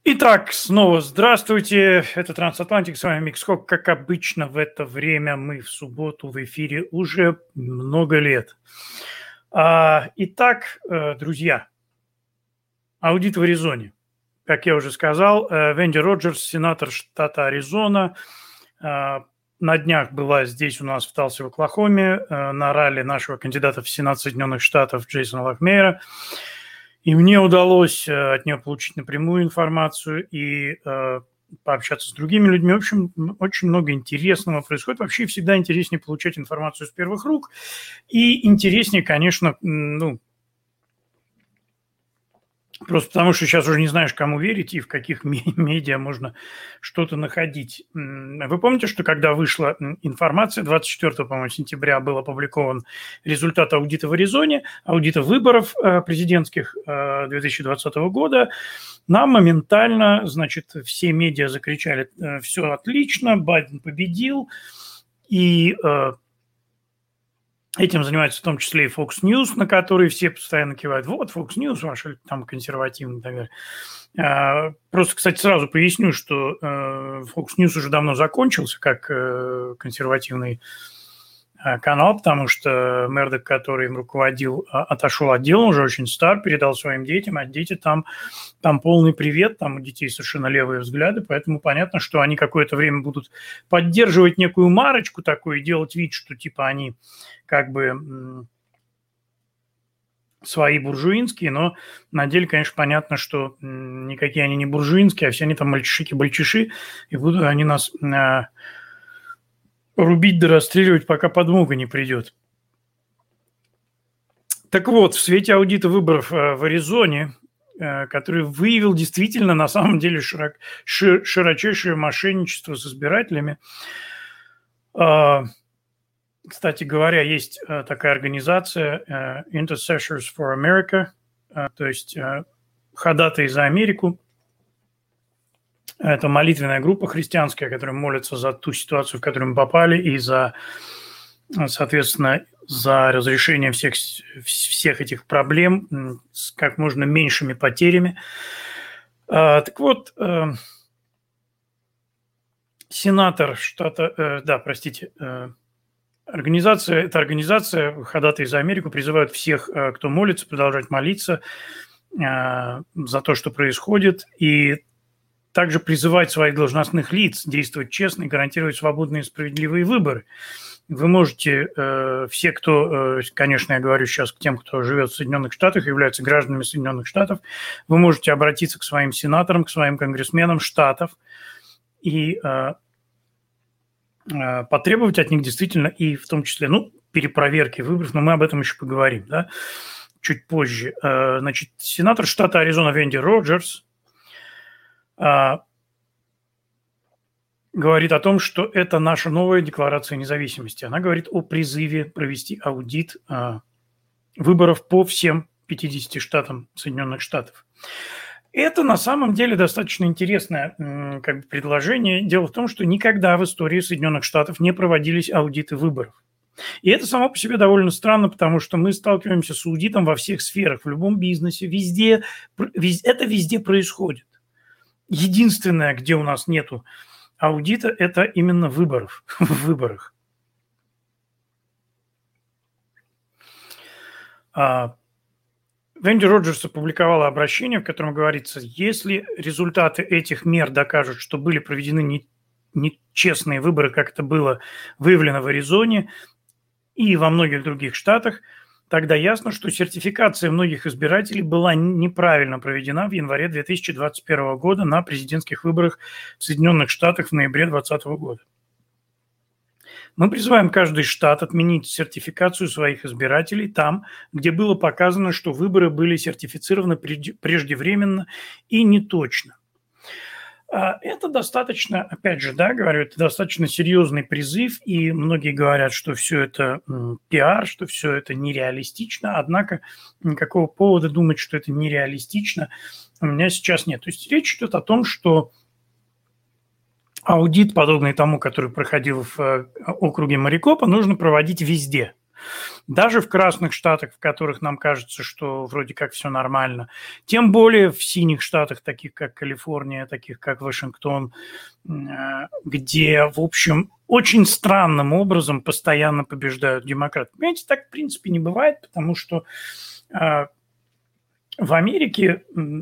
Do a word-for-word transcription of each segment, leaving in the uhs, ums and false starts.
Итак, снова здравствуйте. Это Трансатлантик, с вами Миксхок. Как обычно, в это время мы в субботу в эфире уже много лет. А, итак, э, друзья, аудит в Аризоне. Как я уже сказал, э, Венди Роджерс, сенатор штата Аризона, э, на днях была здесь у нас в Талсе, в Оклахоме, э, на ралли нашего кандидата в Сенат Соединенных Штатов Джейсона Лакмейера. И мне удалось э, от нее получить напрямую информацию и э, пообщаться с другими людьми. В общем, очень много интересного происходит. Вообще всегда интереснее получать информацию с первых рук. И интереснее, конечно, ну, просто потому что сейчас уже не знаешь, кому верить и в каких медиа можно что-то находить. Вы помните, что когда вышла информация, двадцать четвёртого, по-моему, сентября был опубликован результат аудита в Аризоне, аудита выборов президентских две тысячи двадцатого года, нам моментально, значит, все медиа закричали: все отлично, Байден победил, и этим занимается в том числе и Fox News, на который все постоянно кивают. Вот, Fox News, ваши там консервативные и так далее. Просто, кстати, сразу поясню, что Fox News уже давно закончился как консервативный канал, потому что Мердок, который им руководил, отошел от дела, уже очень стар, передал своим детям, а дети там, там полный привет, там у детей совершенно левые взгляды, поэтому понятно, что они какое-то время будут поддерживать некую марочку такую и делать вид, что типа они как бы свои буржуинские, но на деле, конечно, понятно, что никакие они не буржуинские, а все они там мальчишики-бальчиши, и будут они нас рубить да расстреливать, пока подмога не придет. Так вот, в свете аудита выборов в Аризоне, который выявил действительно на самом деле широк, широчайшее мошенничество с избирателями. Кстати говоря, есть такая организация Intercessors for America, то есть ходатаи за Америку. Это молитвенная группа христианская, которая молится за ту ситуацию, в которую мы попали, и за, соответственно, за разрешение всех, всех этих проблем с как можно меньшими потерями. Так вот, сенатор штата, да, простите, организация, эта организация «Ходатай за Америку» призывает всех, кто молится, продолжать молиться за то, что происходит, и также призывать своих должностных лиц действовать честно и гарантировать свободные и справедливые выборы. Вы можете, э, все, кто, э, конечно, я говорю сейчас к тем, кто живет в Соединенных Штатах, являются гражданами Соединенных Штатов, вы можете обратиться к своим сенаторам, к своим конгрессменам штатов и э, э, потребовать от них действительно и в том числе, ну, перепроверки выборов, но мы об этом еще поговорим, да, чуть позже. Э, значит, сенатор штата Аризона Венди Роджерс говорит о том, что это наша новая декларация независимости. Она говорит о призыве провести аудит а, выборов по всем пятидесяти штатам Соединенных Штатов. Это на самом деле достаточно интересное м, как бы предложение. Дело в том, что никогда в истории Соединенных Штатов не проводились аудиты выборов. И это само по себе довольно странно, потому что мы сталкиваемся с аудитом во всех сферах, в любом бизнесе, везде, везде это везде происходит. Единственное, где у нас нету аудита, это именно выборов, в выборах. Венди Роджерс опубликовала обращение, в котором говорится: если результаты этих мер докажут, что были проведены нечестные выборы, как это было выявлено в Аризоне и во многих других штатах, тогда ясно, что сертификация многих избирателей была неправильно проведена в январе две тысячи двадцать первого года на президентских выборах в Соединенных Штатах в ноябре две тысячи двадцатого года. Мы призываем каждый штат отменить сертификацию своих избирателей там, где было показано, что выборы были сертифицированы преждевременно и неточно. Это достаточно, опять же, да, говорю, это достаточно серьезный призыв, и многие говорят, что все это пиар, что все это нереалистично, однако никакого повода думать, что это нереалистично, у меня сейчас нет. То есть речь идет о том, что аудит, подобный тому, который проходил в округе Марикопа, нужно проводить везде. Даже в красных штатах, в которых нам кажется, что вроде как все нормально, тем более в синих штатах, таких как Калифорния, таких как Вашингтон, где, в общем, очень странным образом постоянно побеждают демократы. Понимаете, так в принципе не бывает, потому что в Америке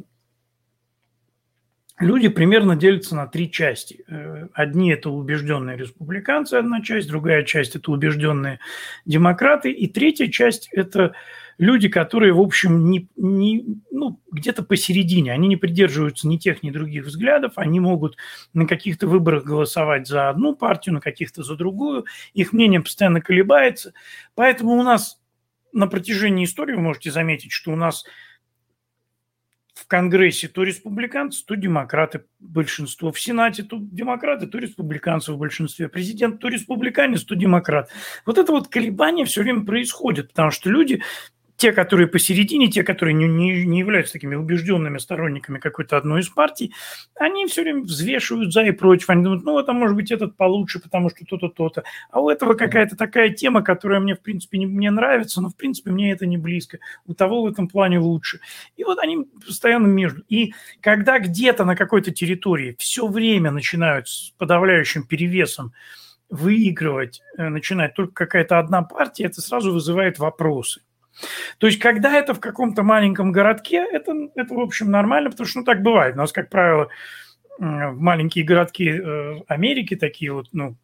люди примерно делятся на три части. Одни – это убежденные республиканцы, одна часть, другая часть – это убежденные демократы, и третья часть – это люди, которые, в общем, не, не, ну, где-то посередине. Они не придерживаются ни тех, ни других взглядов, они могут на каких-то выборах голосовать за одну партию, на каких-то за другую, их мнение постоянно колебается. Поэтому у нас на протяжении истории, вы можете заметить, что у нас в Конгрессе то республиканцы, то демократы большинство. В Сенате то демократы, то республиканцы в большинстве. Президент то республиканец, то демократ. Вот это вот колебание все время происходит, потому что люди, те, которые посередине, те, которые не, не, не являются такими убежденными сторонниками какой-то одной из партий, они все время взвешивают за и против. Они думают, ну, вот, а может быть, этот получше, потому что то-то, то-то. А у этого какая-то такая тема, которая мне, в принципе, не мне нравится, но, в принципе, мне это не близко. У того в этом плане лучше. И вот они постоянно между. И когда где-то на какой-то территории все время начинают с подавляющим перевесом выигрывать, начинает только какая-то одна партия, это сразу вызывает вопросы. То есть, когда это в каком-то маленьком городке, это, это, в общем, нормально, потому что, ну, так бывает. У нас, как правило, маленькие городки Америки такие вот, ну,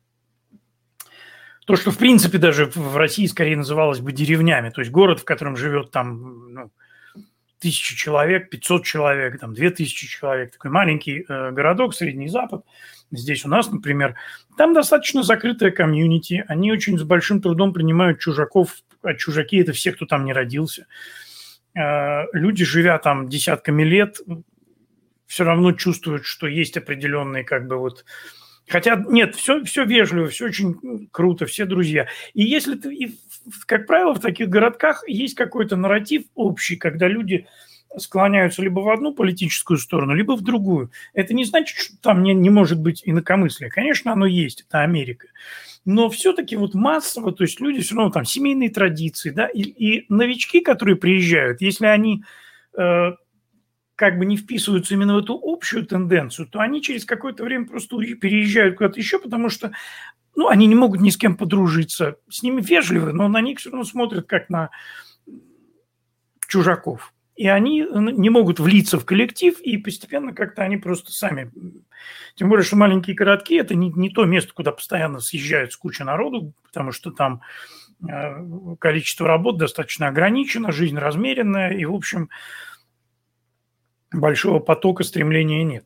то, что, в принципе, даже в России скорее называлось бы деревнями. То есть, город, в котором живет там, ну, тысяча человек, пятьсот человек, там, две тысячи человек. Такой маленький э, городок, Средний Запад. Здесь у нас, например, там достаточно закрытая комьюнити. Они очень с большим трудом принимают чужаков, а чужаки – это все, кто там не родился. Э, люди, живя там десятками лет, все равно чувствуют, что есть определенные как бы вот… Хотя нет, все, все вежливо, все очень круто, все друзья. И если ты, и, как правило, в таких городках есть какой-то нарратив общий, когда люди склоняются либо в одну политическую сторону, либо в другую. Это не значит, что там не, не может быть инакомыслия. Конечно, оно есть, это Америка. Но все-таки вот массово, то есть люди все равно там семейные традиции, да, и, и новички, которые приезжают, если они… Э, как бы не вписываются именно в эту общую тенденцию, то они через какое-то время просто переезжают куда-то еще, потому что, ну, они не могут ни с кем подружиться. С ними вежливы, но на них все равно смотрят как на чужаков. И они не могут влиться в коллектив, и постепенно как-то они просто сами… Тем более, что маленькие городки – это не, не то место, куда постоянно съезжается куча народу, потому что там количество работ достаточно ограничено, жизнь размеренная, и, в общем… большого потока стремления нет.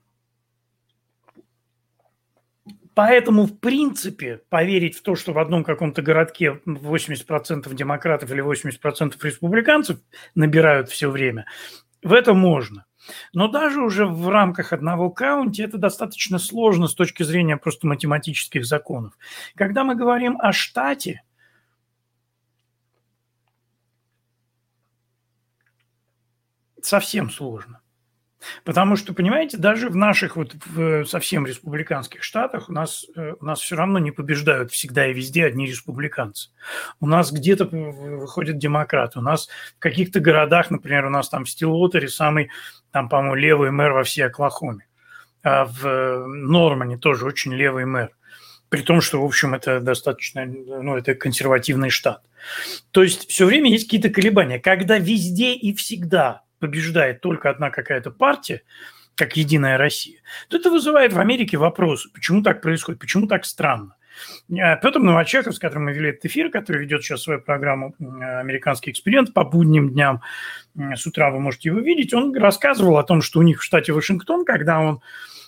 Поэтому, в принципе, поверить в то, что в одном каком-то городке восемьдесят процентов демократов или восемьдесят процентов республиканцев набирают все время, в это можно. Но даже уже в рамках одного каунти это достаточно сложно с точки зрения просто математических законов. Когда мы говорим о штате, совсем сложно. Потому что, понимаете, даже в наших вот в совсем республиканских штатах у нас, у нас все равно не побеждают всегда и везде одни республиканцы. У нас где-то выходят демократы. У нас в каких-то городах, например, у нас там в Стиллуотере самый, там, по-моему, левый мэр во всей Оклахоме. А в Нормане тоже очень левый мэр. При том, что, в общем, это достаточно, ну, это консервативный штат. То есть все время есть какие-то колебания. Когда везде и всегда побеждает только одна какая-то партия, как «Единая Россия», то это вызывает в Америке вопросы, почему так происходит, почему так странно. Петр Новочеков, с которым мы вели этот эфир, который ведет сейчас свою программу «Американский эксперимент» по будним дням, с утра вы можете его видеть, он рассказывал о том, что у них в штате Вашингтон, когда он…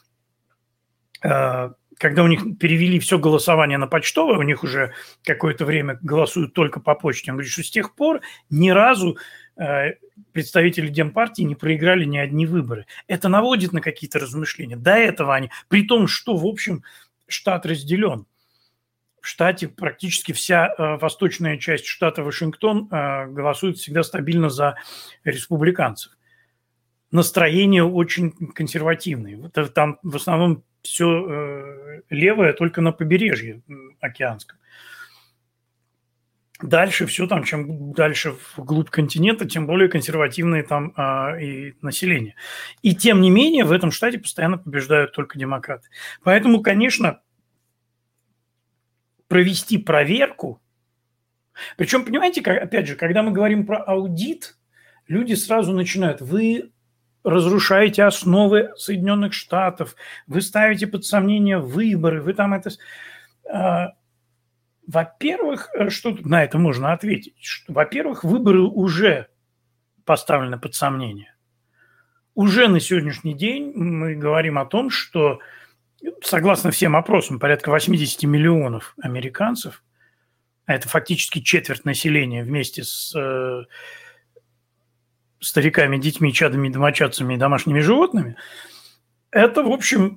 Когда у них перевели все голосование на почтовое, у них уже какое-то время голосуют только по почте. Он говорит, что с тех пор ни разу представители Демпартии не проиграли ни одни выборы. Это наводит на какие-то размышления. До этого они… При том, что, в общем, штат разделен. В штате практически вся восточная часть штата Вашингтон голосует всегда стабильно за республиканцев. Настроение очень консервативное. Там в основном все левое только на побережье океанском. дальше все там, чем дальше вглубь континента, тем более консервативное там а, и население. И тем не менее в этом штате постоянно побеждают только демократы. Поэтому, конечно, провести проверку, причем, понимаете, как, опять же, когда мы говорим про аудит, люди сразу начинают, вы разрушаете основы Соединенных Штатов, вы ставите под сомнение выборы, вы там это... А, во-первых, что тут на это можно ответить? Что, во-первых, выборы уже поставлены под сомнение. Уже на сегодняшний день мы говорим о том, что, согласно всем опросам, порядка восемьдесят миллионов американцев, а это фактически четверть населения вместе с э, стариками, детьми, чадами, домочадцами и домашними животными, это, в общем,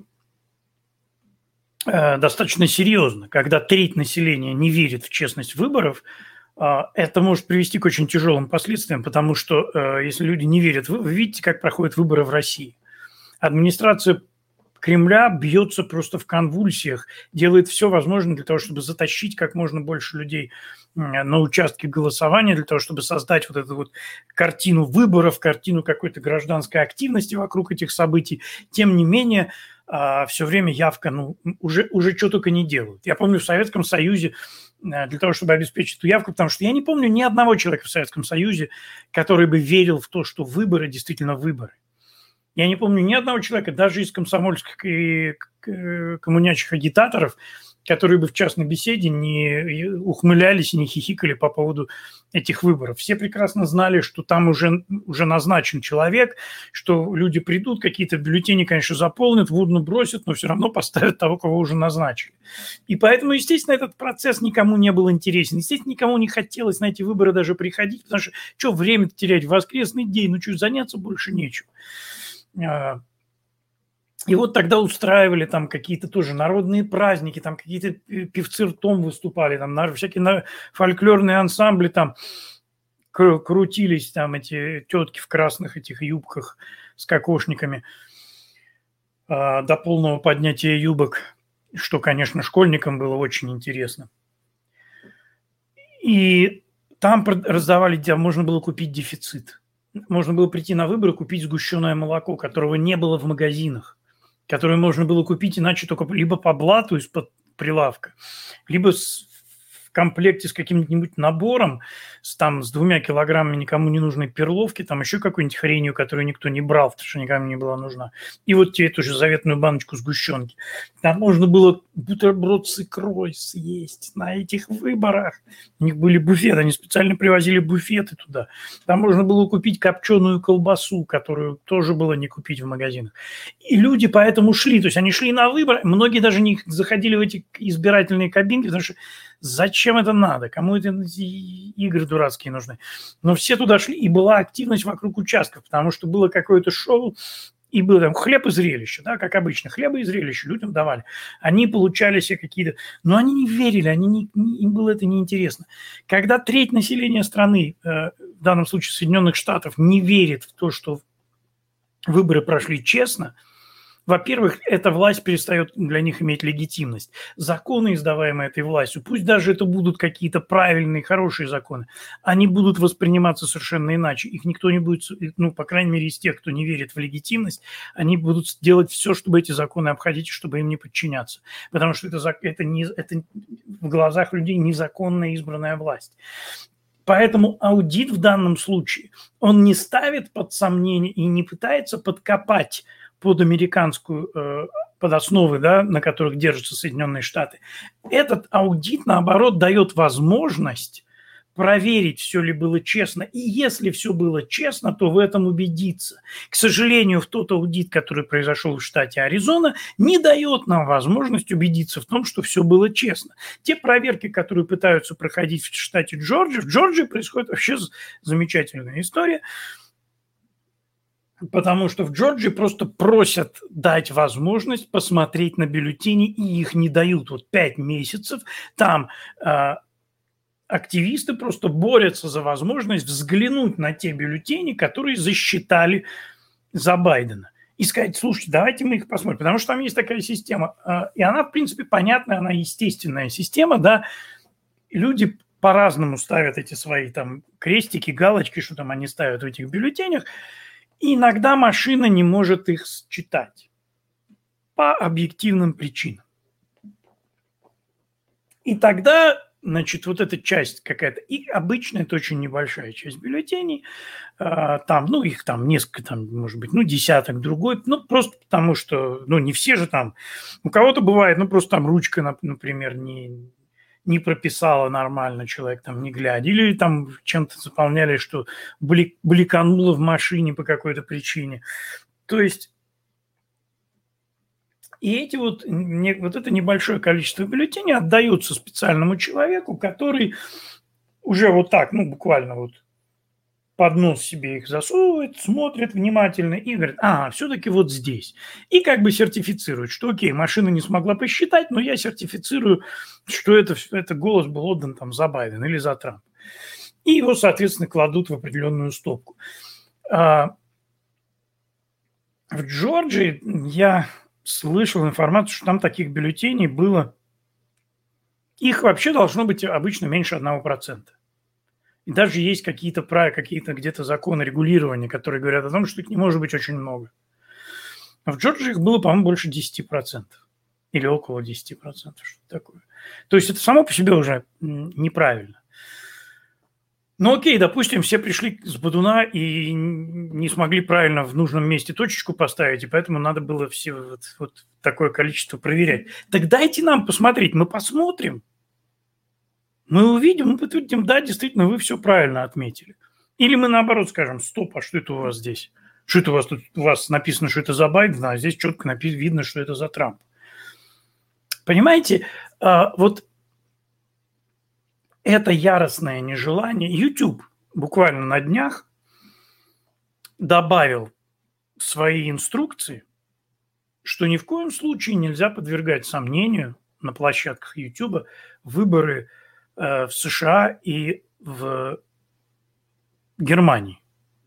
достаточно серьезно. Когда треть населения не верит в честность выборов, это может привести к очень тяжелым последствиям, потому что если люди не верят, вы видите, как проходят выборы в России. Администрация Кремля бьется просто в конвульсиях, делает все возможное для того, чтобы затащить как можно больше людей на участки голосования, для того, чтобы создать вот эту вот картину выборов, картину какой-то гражданской активности вокруг этих событий. Тем не менее, все время явка, ну, уже, уже что только не делают. Я помню, в Советском Союзе для того, чтобы обеспечить эту явку, потому что я не помню ни одного человека в Советском Союзе, который бы верил в то, что выборы действительно выборы. Я не помню ни одного человека, даже из комсомольских и коммунячих агитаторов, которые бы в частной беседе не ухмылялись и не хихикали по поводу этих выборов. Все прекрасно знали, что там уже, уже назначен человек, что люди придут, какие-то бюллетени, конечно, заполнят, в урну бросят, но все равно поставят того, кого уже назначили. И поэтому, естественно, этот процесс никому не был интересен. Естественно, никому не хотелось на эти выборы даже приходить, потому что что время терять в воскресный день, ну что, заняться больше нечем. И вот тогда устраивали там какие-то тоже народные праздники, там какие-то певцы ртом выступали, там всякие фольклорные ансамбли там крутились, там эти тетки в красных этих юбках с кокошниками до полного поднятия юбок, что, конечно, школьникам было очень интересно. И там раздавали, можно было купить дефицит. Можно было прийти на выборы, купить сгущенное молоко, которого не было в магазинах, которое можно было купить иначе только либо по блату из-под прилавка, либо с, в комплекте с каким-нибудь набором, с, там, с двумя килограммами никому не нужной перловки, там еще какой-нибудь хренью, которую никто не брал, потому что никому не была нужна. И вот тебе эту же заветную баночку сгущенки. Там можно было бутерброд с икрой съесть на этих выборах. У них были буфеты, они специально привозили буфеты туда. Там можно было купить копченую колбасу, которую тоже было не купить в магазинах. И люди поэтому шли, то есть они шли на выборы, многие даже не заходили в эти избирательные кабинки, потому что зачем это надо, кому это игры дурацкие нужны. Но все туда шли, и была активность вокруг участков, потому что было какое-то шоу, и было там хлеб и зрелище, да, как обычно, хлеба и зрелище людям давали. Они получали себе какие-то... Но они не верили, они не, им было это неинтересно. Когда треть населения страны, э, в данном случае Соединенных Штатов, не верит в то, что выборы прошли честно, во-первых, эта власть перестает для них иметь легитимность. Законы, издаваемые этой властью, пусть даже это будут какие-то правильные, хорошие законы, они будут восприниматься совершенно иначе. Их никто не будет, ну, по крайней мере, из тех, кто не верит в легитимность, они будут делать все, чтобы эти законы обходить, чтобы им не подчиняться. Потому что это, это, не, это в глазах людей незаконно избранная власть. Поэтому аудит в данном случае, он не ставит под сомнение и не пытается подкопать под американскую, под основы, да, на которых держатся Соединенные Штаты. Этот аудит, наоборот, дает возможность проверить, все ли было честно. И если все было честно, то в этом убедиться. К сожалению, в тот аудит, который произошел в штате Аризона, не дает нам возможность убедиться в том, что все было честно. Те проверки, которые пытаются проходить в штате Джорджия, в Джорджии происходит вообще замечательная история. Потому что в Джорджии просто просят дать возможность посмотреть на бюллетени, и их не дают. Вот пять месяцев там э, активисты просто борются за возможность взглянуть на те бюллетени, которые засчитали за Байдена. И сказать, слушайте, давайте мы их посмотрим. Потому что там есть такая система. Э, и она, в принципе, понятная, она естественная система, да. Люди по-разному ставят эти свои там крестики, галочки, что там они ставят в этих бюллетенях, и иногда машина не может их считать по объективным причинам. И тогда, значит, вот эта часть какая-то, и обычно это очень небольшая часть бюллетеней, а, там, ну, их там несколько, там, может быть, ну, десяток, другой, ну, просто потому что, ну, не все же там, у кого-то бывает, ну, просто там ручка, например, не, не прописала нормально, человек там не глядя, или там чем-то заполняли, что бликануло в машине по какой-то причине. То есть и эти вот, не, вот это небольшое количество бюллетеней отдаются специальному человеку, который уже вот так, ну, буквально вот под нос себе их засовывает, смотрит внимательно и говорит, а, все-таки вот здесь. И как бы сертифицирует, что окей, машина не смогла посчитать, но я сертифицирую, что это, это голос был отдан там за Байдена или за Трампа. И его, соответственно, кладут в определенную стопку. А в Джорджии я слышал информацию, что там таких бюллетеней было, их вообще должно быть обычно меньше одного процента. И даже есть какие-то правила, какие-то где-то законы регулирования, которые говорят о том, что их не может быть очень много. А в Джорджии их было, по-моему, больше десяти процентов. Или около десяти процентов, что-то такое. То есть это само по себе уже неправильно. Ну окей, допустим, все пришли с бодуна и не смогли правильно в нужном месте точечку поставить, и поэтому надо было все вот, вот такое количество проверять. Так дайте нам посмотреть, мы посмотрим. Мы увидим, мы подтвердим, да, действительно, вы все правильно отметили. Или мы наоборот скажем, стоп, а что это у вас здесь? Что это у вас тут? У вас написано, что это за Байден, а здесь четко написано, видно, что это за Трамп. Понимаете, вот это яростное нежелание. YouTube буквально на днях добавил свои инструкции, что ни в коем случае нельзя подвергать сомнению на площадках YouTube выборы э, в США и в Германии.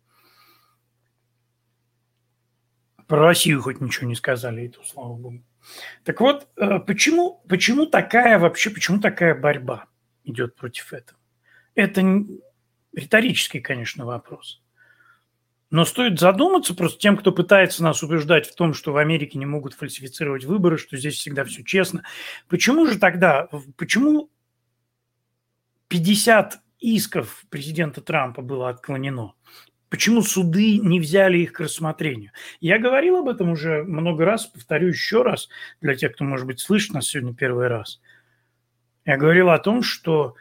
Про Россию хоть ничего не сказали, это слава богу. Так вот, э, почему, почему такая вообще, почему такая борьба идет против этого? Это риторический, конечно, вопрос. Но стоит задуматься просто тем, кто пытается нас убеждать в том, что в Америке не могут фальсифицировать выборы, что здесь всегда все честно. Почему же тогда, почему пятьдесят исков президента Трампа было отклонено? Почему суды не взяли их к рассмотрению? Я говорил об этом уже много раз, повторю еще раз, для тех, кто, может быть, слышит нас сегодня первый раз. Я говорил о том, что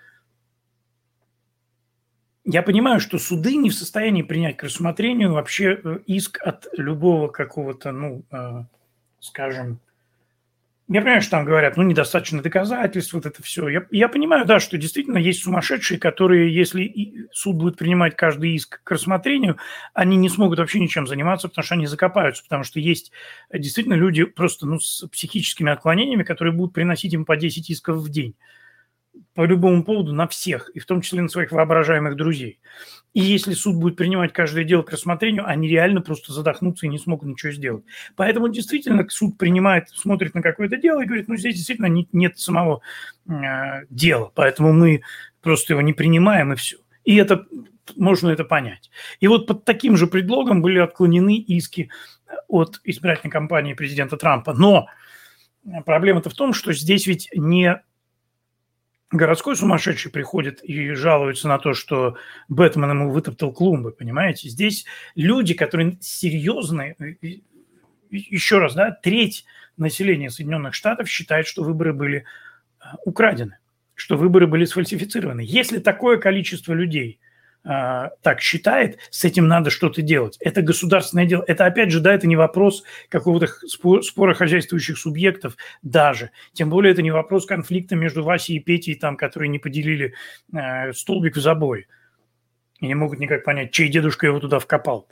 я понимаю, что суды не в состоянии принять к рассмотрению вообще иск от любого какого-то, ну, э, скажем, я понимаю, что там говорят, ну, недостаточно доказательств, вот это все. Я, я понимаю, да, что действительно есть сумасшедшие, которые, если суд будет принимать каждый иск к рассмотрению, они не смогут вообще ничем заниматься, потому что они закопаются, потому что есть действительно люди просто, ну, с психическими отклонениями, которые будут приносить им по десять исков в день по любому поводу на всех, и в том числе на своих воображаемых друзей. И если суд будет принимать каждое дело к рассмотрению, они реально просто задохнутся и не смогут ничего сделать. Поэтому действительно суд принимает, смотрит на какое-то дело и говорит, ну здесь действительно не, нет самого э, дела, поэтому мы просто его не принимаем и все. И это можно это понять. И вот под таким же предлогом были отклонены иски от избирательной кампании президента Трампа. Но проблема-то в том, что здесь ведь не городской сумасшедший приходит и жалуется на то, что Бэтмен ему вытоптал клумбы, понимаете? Здесь люди, которые серьезные, еще раз, да, треть населения Соединенных Штатов считает, что выборы были украдены, что выборы были сфальсифицированы. Если такое количество людей а, так считает, с этим надо что-то делать. Это государственное дело. Это, опять же, да, это не вопрос какого-то спор, спора хозяйствующих субъектов даже. Тем более это не вопрос конфликта между Васей и Петей, там, которые не поделили э, столбик в забое. И не могут никак понять, чей дедушка его туда вкопал.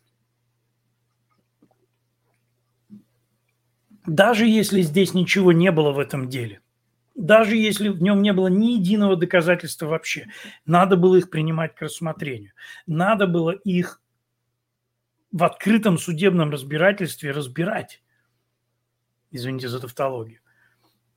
Даже если здесь ничего не было в этом деле, даже если в нем не было ни единого доказательства вообще, надо было их принимать к рассмотрению. Надо было их в открытом судебном разбирательстве разбирать. Извините за тавтологию.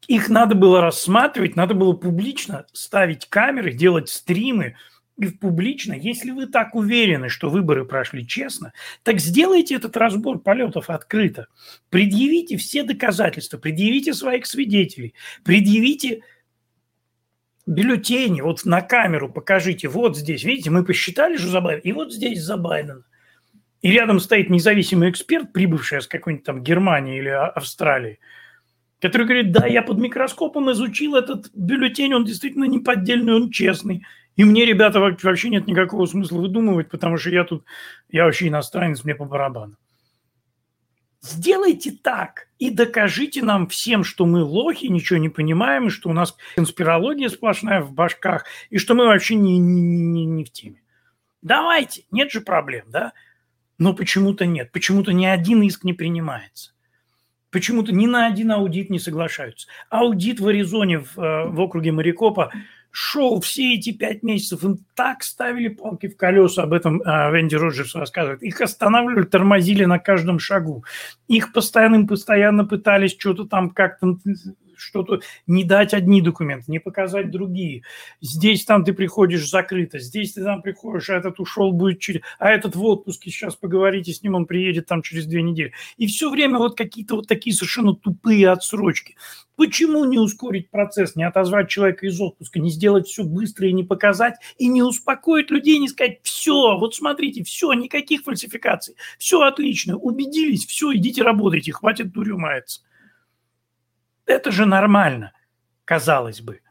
Их надо было рассматривать, надо было публично ставить камеры, делать стримы и публично. Если вы так уверены, что выборы прошли честно, так сделайте этот разбор полетов открыто. Предъявите все доказательства, предъявите своих свидетелей, предъявите бюллетени, вот на камеру покажите, вот здесь, видите, мы посчитали, что за Байдена, и вот здесь за Байдена. И рядом стоит независимый эксперт, прибывший с какой-нибудь там Германии или Австралии, который говорит, да, я под микроскопом изучил этот бюллетень, он действительно не поддельный, он честный. И мне, ребята, вообще нет никакого смысла выдумывать, потому что я тут, я вообще иностранец, мне по барабану. Сделайте так и докажите нам всем, что мы лохи, ничего не понимаем, и что у нас конспирология сплошная в башках, и что мы вообще не, не, не в теме. Давайте, нет же проблем, да? Но почему-то нет, почему-то ни один иск не принимается. Почему-то ни на один аудит не соглашаются. Аудит в Аризоне, в, в округе Марикопа, шел все эти пять месяцев. Им так ставили палки в колеса, об этом э, Венди Роджерс рассказывает. Их останавливали, тормозили на каждом шагу. Их постоянно, постоянно пытались что-то там как-то... что-то не дать одни документы, не показать другие. Здесь там ты приходишь закрыто, здесь ты там приходишь, а этот ушел будет через... А этот в отпуске, сейчас поговорите с ним, он приедет там через две недели. И все время вот какие-то вот такие совершенно тупые отсрочки. Почему не ускорить процесс, не отозвать человека из отпуска, не сделать все быстро и не показать, и не успокоить людей, не сказать, все, вот смотрите, все, никаких фальсификаций, все отлично, убедились, все, идите работайте, хватит дурью маяться. Это же нормально, казалось бы.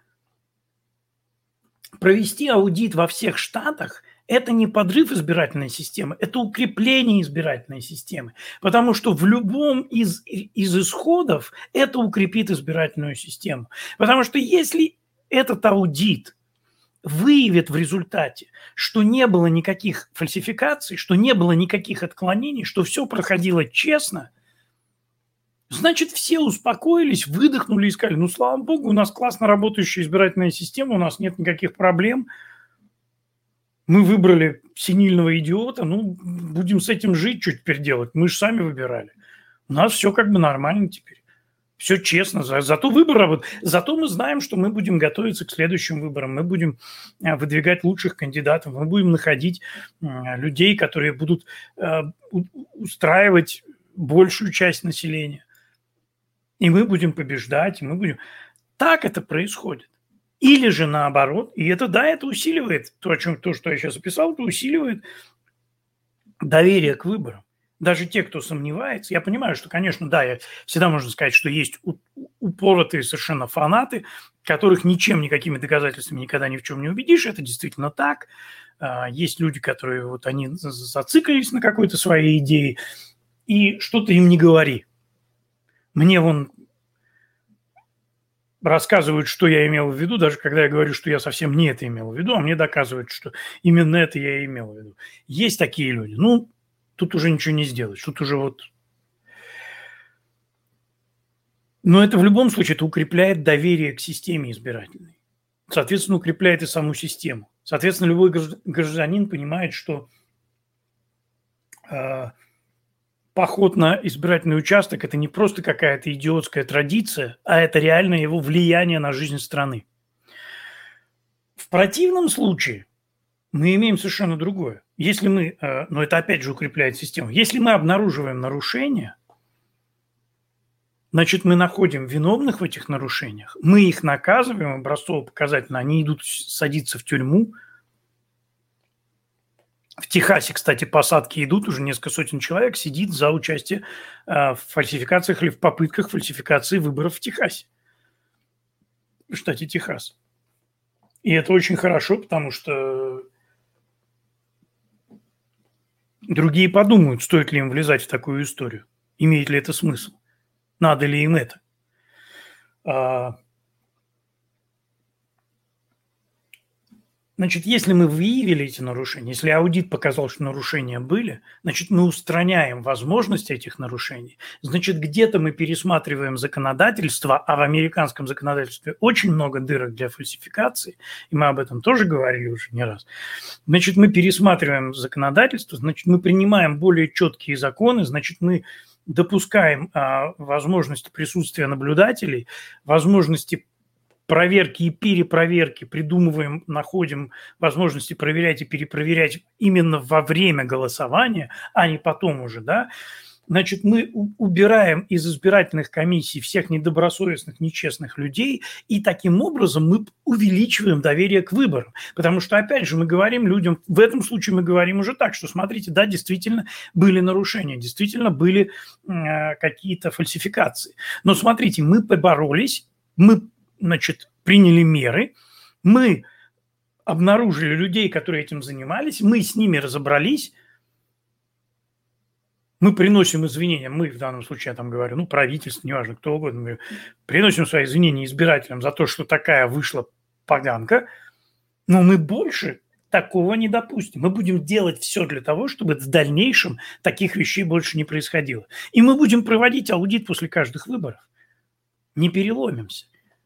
Провести аудит во всех штатах – это не подрыв избирательной системы, это укрепление избирательной системы. Потому что в любом из, из исходов это укрепит избирательную систему. Потому что если этот аудит выявит в результате, что не было никаких фальсификаций, что не было никаких отклонений, что все проходило честно – значит, все успокоились, выдохнули и сказали, ну, слава богу, у нас классно работающая избирательная система, у нас нет никаких проблем. Мы выбрали сенильного идиота, ну, будем с этим жить, что теперь делать? Мы же сами выбирали. У нас все как бы нормально теперь. Все честно. За, зато выборы работают. Зато мы знаем, что мы будем готовиться к следующим выборам. Мы будем выдвигать лучших кандидатов. Мы будем находить людей, которые будут устраивать большую часть населения. И мы будем побеждать, и мы будем... Так это происходит. Или же наоборот, и это, да, это усиливает, то, о чем, то, что я сейчас описал, это усиливает доверие к выборам. Даже те, кто сомневается, я понимаю, что, конечно, да, я, всегда можно сказать, что есть упоротые совершенно фанаты, которых ничем, никакими доказательствами никогда ни в чем не убедишь, это действительно так. Есть люди, которые вот они зациклились на какой-то своей идее, и что-то им не говори. Мне вон рассказывают, что я имел в виду, даже когда я говорю, что я совсем не это имел в виду, а мне доказывают, что именно это я имел в виду. Есть такие люди. Ну, тут уже ничего не сделаешь. Тут уже вот... Но это в любом случае это укрепляет доверие к системе избирательной. Соответственно, укрепляет и саму систему. Соответственно, любой гражданин понимает, что... поход на избирательный участок – это не просто какая-то идиотская традиция, а это реально его влияние на жизнь страны. В противном случае мы имеем совершенно другое. Если мы, но это опять же укрепляет систему, если мы обнаруживаем нарушения, значит, мы находим виновных в этих нарушениях, мы их наказываем образцово-показательно, они идут садиться в тюрьму. В Техасе, кстати, посадки идут, уже несколько сотен человек сидит за участие в фальсификациях или в попытках фальсификации выборов в Техасе, в штате Техас. И это очень хорошо, потому что другие подумают, стоит ли им влезать в такую историю, имеет ли это смысл, надо ли им это. Значит, если мы выявили эти нарушения, если аудит показал, что нарушения были, значит, мы устраняем возможность этих нарушений. Значит, где-то мы пересматриваем законодательство, а в американском законодательстве очень много дырок для фальсификации, и мы об этом тоже говорили уже не раз. Значит, мы пересматриваем законодательство, значит, мы принимаем более четкие законы, значит, мы допускаем а, возможность присутствия наблюдателей, возможности проверки и перепроверки, придумываем, находим возможности проверять и перепроверять именно во время голосования, а не потом уже, да, значит, мы убираем из избирательных комиссий всех недобросовестных, нечестных людей, и таким образом мы увеличиваем доверие к выборам. Потому что, опять же, мы говорим людям, в этом случае мы говорим уже так, что, смотрите, да, действительно были нарушения, действительно были э, какие-то фальсификации. Но, смотрите, мы поборолись, мы, значит, приняли меры, мы обнаружили людей, которые этим занимались, мы с ними разобрались, мы приносим извинения, мы в данном случае, я там говорю, ну, правительство, неважно, кто угодно, мы приносим свои извинения избирателям за то, что такая вышла поганка, но мы больше такого не допустим. Мы будем делать все для того, чтобы в дальнейшем таких вещей больше не происходило. И мы будем проводить аудит после каждых выборов. Не переломимся.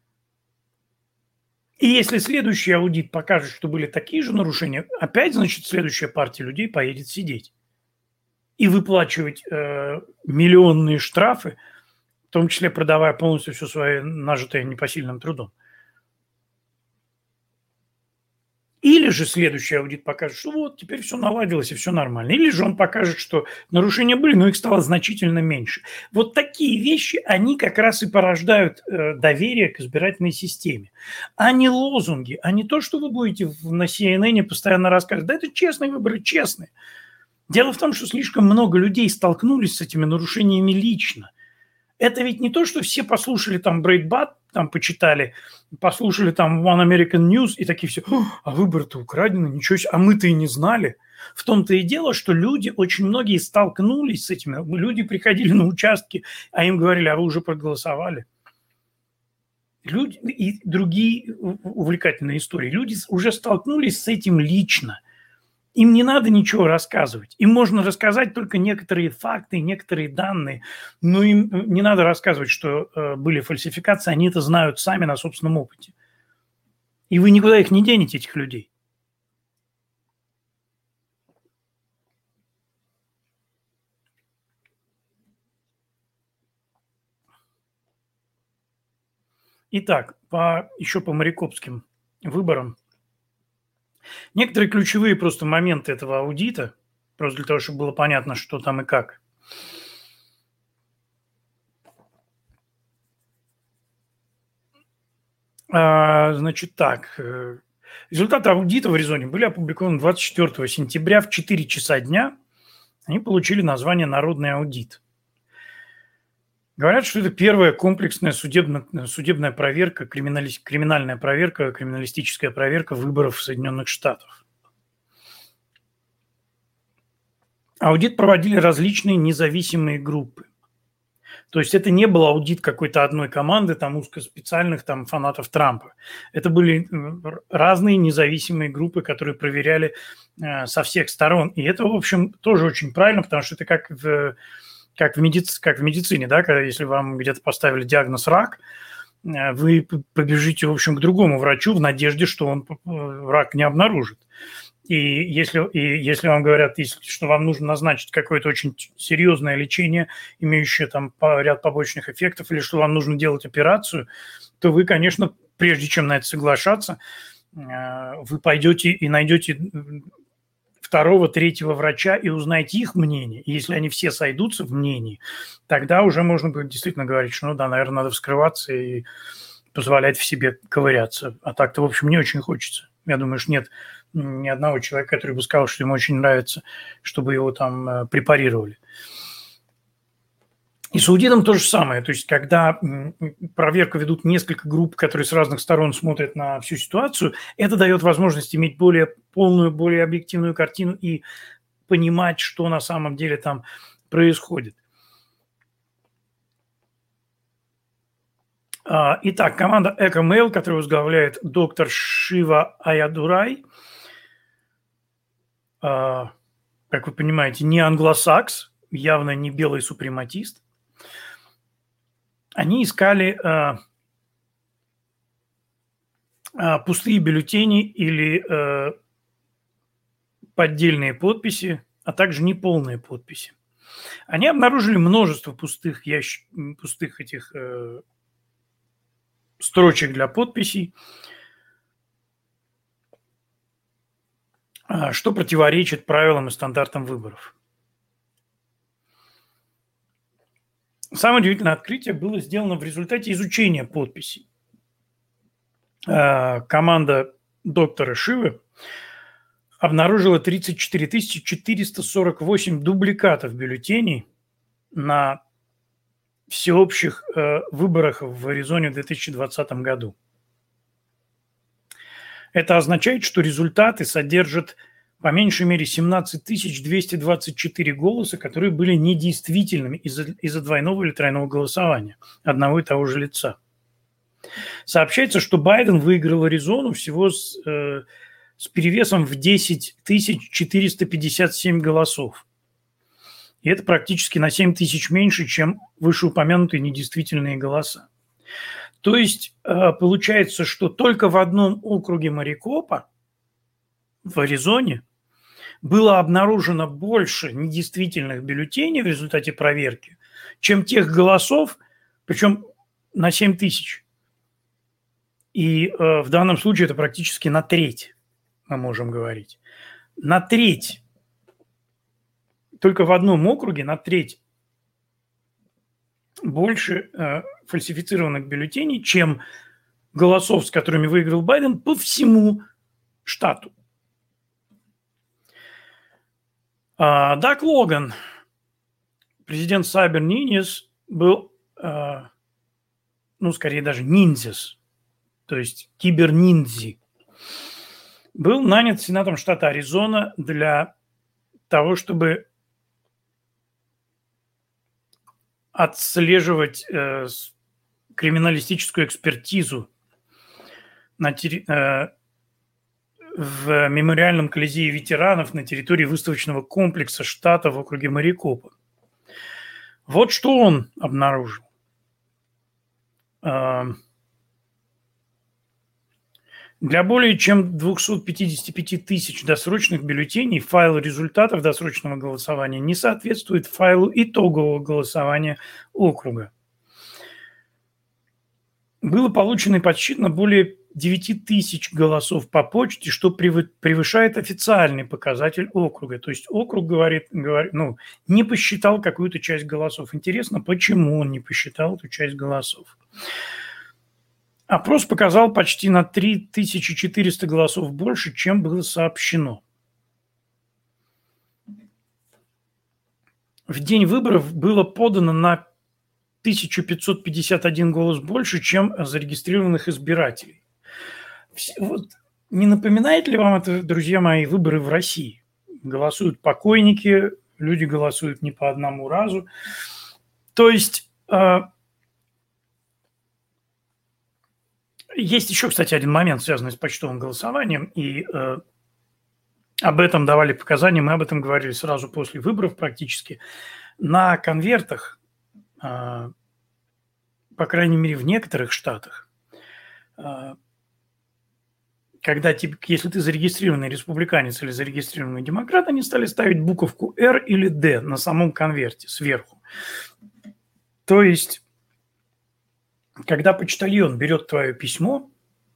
И если следующий аудит покажет, что были такие же нарушения, опять, значит, следующая партия людей поедет сидеть и выплачивать э, миллионные штрафы, в том числе продавая полностью все свое нажитое непосильным трудом. Или же следующий аудит покажет, что вот, теперь все наладилось и все нормально. Или же он покажет, что нарушения были, но их стало значительно меньше. Вот такие вещи, они как раз и порождают э, доверие к избирательной системе. А не лозунги, а не то, что вы будете на си эн эн постоянно рассказывать. Да это честные выборы, честные. Дело в том, что слишком много людей столкнулись с этими нарушениями лично. Это ведь не то, что все послушали там Breitbart, там почитали, послушали там One American News и такие все, а выборы-то украдены, ничего себе, а мы-то и не знали. В том-то и дело, что люди, очень многие столкнулись с этими. Люди приходили на участки, а им говорили, а вы уже проголосовали. Люди, и другие увлекательные истории. Люди уже столкнулись с этим лично. Им не надо ничего рассказывать. Им можно рассказать только некоторые факты, некоторые данные, но им не надо рассказывать, что э, были фальсификации, они это знают сами на собственном опыте. И вы никуда их не денете, этих людей. Итак, по, еще по Марикопским выборам. Некоторые ключевые просто моменты этого аудита, просто для того, чтобы было понятно, что там и как. А, значит так, результаты аудита в Аризоне были опубликованы двадцать четвёртого сентября в четыре часа дня. Они получили название «Народный аудит». Говорят, что это первая комплексная судебная, судебная проверка, криминали, криминальная проверка, криминалистическая проверка выборов в Соединенных Штатах. Аудит проводили различные независимые группы. То есть это не был аудит какой-то одной команды, там узкоспециальных там, фанатов Трампа. Это были разные независимые группы, которые проверяли э, со всех сторон. И это, в общем, тоже очень правильно, потому что это как в... Как в, медици... как в медицине, да, когда если вам где-то поставили диагноз рак, вы побежите, в общем, к другому врачу в надежде, что он рак не обнаружит. И если, и если вам говорят, что вам нужно назначить какое-то очень серьезное лечение, имеющее там ряд побочных эффектов, или что вам нужно делать операцию, то вы, конечно, прежде чем на это соглашаться, вы пойдете и найдете второго, третьего врача и узнаете их мнение. И если они все сойдутся в мнении, тогда уже можно будет действительно говорить, что, ну да, наверное, надо вскрываться и позволять в себе ковыряться. А так-то, в общем, не очень хочется. Я думаю, что нет ни одного человека, который бы сказал, что ему очень нравится, чтобы его там препарировали. И с аудитом то же самое. То есть, когда проверку ведут несколько групп, которые с разных сторон смотрят на всю ситуацию, это дает возможность иметь более полную, более объективную картину и понимать, что на самом деле там происходит. Итак, команда EcoMail, которую возглавляет доктор Шива Аядурай, как вы понимаете, не англосакс, явно не белый супрематист. Они искали пустые бюллетени или поддельные подписи, а также неполные подписи. Они обнаружили множество пустых, ящ... пустых этих э, строчек для подписей, что противоречит правилам и стандартам выборов. Самое удивительное открытие было сделано в результате изучения подписей. Э, команда доктора Шивы обнаружила тридцать четыре тысячи четыреста сорок восемь дубликатов бюллетеней на всеобщих э, выборах в Аризоне в две тысячи двадцатом году. Это означает, что результаты содержат по меньшей мере семнадцать тысяч двести двадцать четыре голоса, которые были недействительными из-за, из-за двойного или тройного голосования одного и того же лица. Сообщается, что Байден выиграл Аризону всего с... Э, с перевесом в десять тысяч четыреста пятьдесят семь голосов. И это практически на семь тысяч меньше, чем вышеупомянутые недействительные голоса. То есть получается, что только в одном округе Марикопа, в Аризоне, было обнаружено больше недействительных бюллетеней в результате проверки, чем тех голосов, причем на семь тысяч. И в данном случае это практически на треть. Мы можем говорить. На треть, только в одном округе на треть больше э, фальсифицированных бюллетеней, чем голосов, с которыми выиграл Байден по всему штату. А, Даг Логан, президент Cyber Ninjas, был, э, ну, скорее даже ниндзяс, то есть киберниндзи. Был нанят сенатом штата Аризона для того, чтобы отслеживать э, криминалистическую экспертизу на терри... э, в мемориальном колизее ветеранов на территории выставочного комплекса штата в округе Марикопа. Вот что он обнаружил. Э, Для более чем двухсот пятидесяти пяти тысяч досрочных бюллетеней файл результатов досрочного голосования не соответствует файлу итогового голосования округа. Было получено и подсчитано более девяти тысяч голосов по почте, что превышает официальный показатель округа. То есть округ говорит, говорит, ну, не посчитал какую-то часть голосов. Интересно, почему он не посчитал эту часть голосов? Опрос показал почти на три тысячи четыреста голосов больше, чем было сообщено. В день выборов было подано на тысячу пятьсот пятьдесят один голос больше, чем зарегистрированных избирателей. Вот, не напоминает ли вам это, друзья мои, выборы в России? Голосуют покойники, люди голосуют не по одному разу. То есть... Есть еще, кстати, один момент, связанный с почтовым голосованием, и э, об этом давали показания, мы об этом говорили сразу после выборов практически. На конвертах, э, по крайней мере, в некоторых штатах, э, когда, типа, если ты зарегистрированный республиканец или зарегистрированный демократ, они стали ставить буковку «Р» или «Д» на самом конверте сверху. То есть... Когда почтальон берет твое письмо,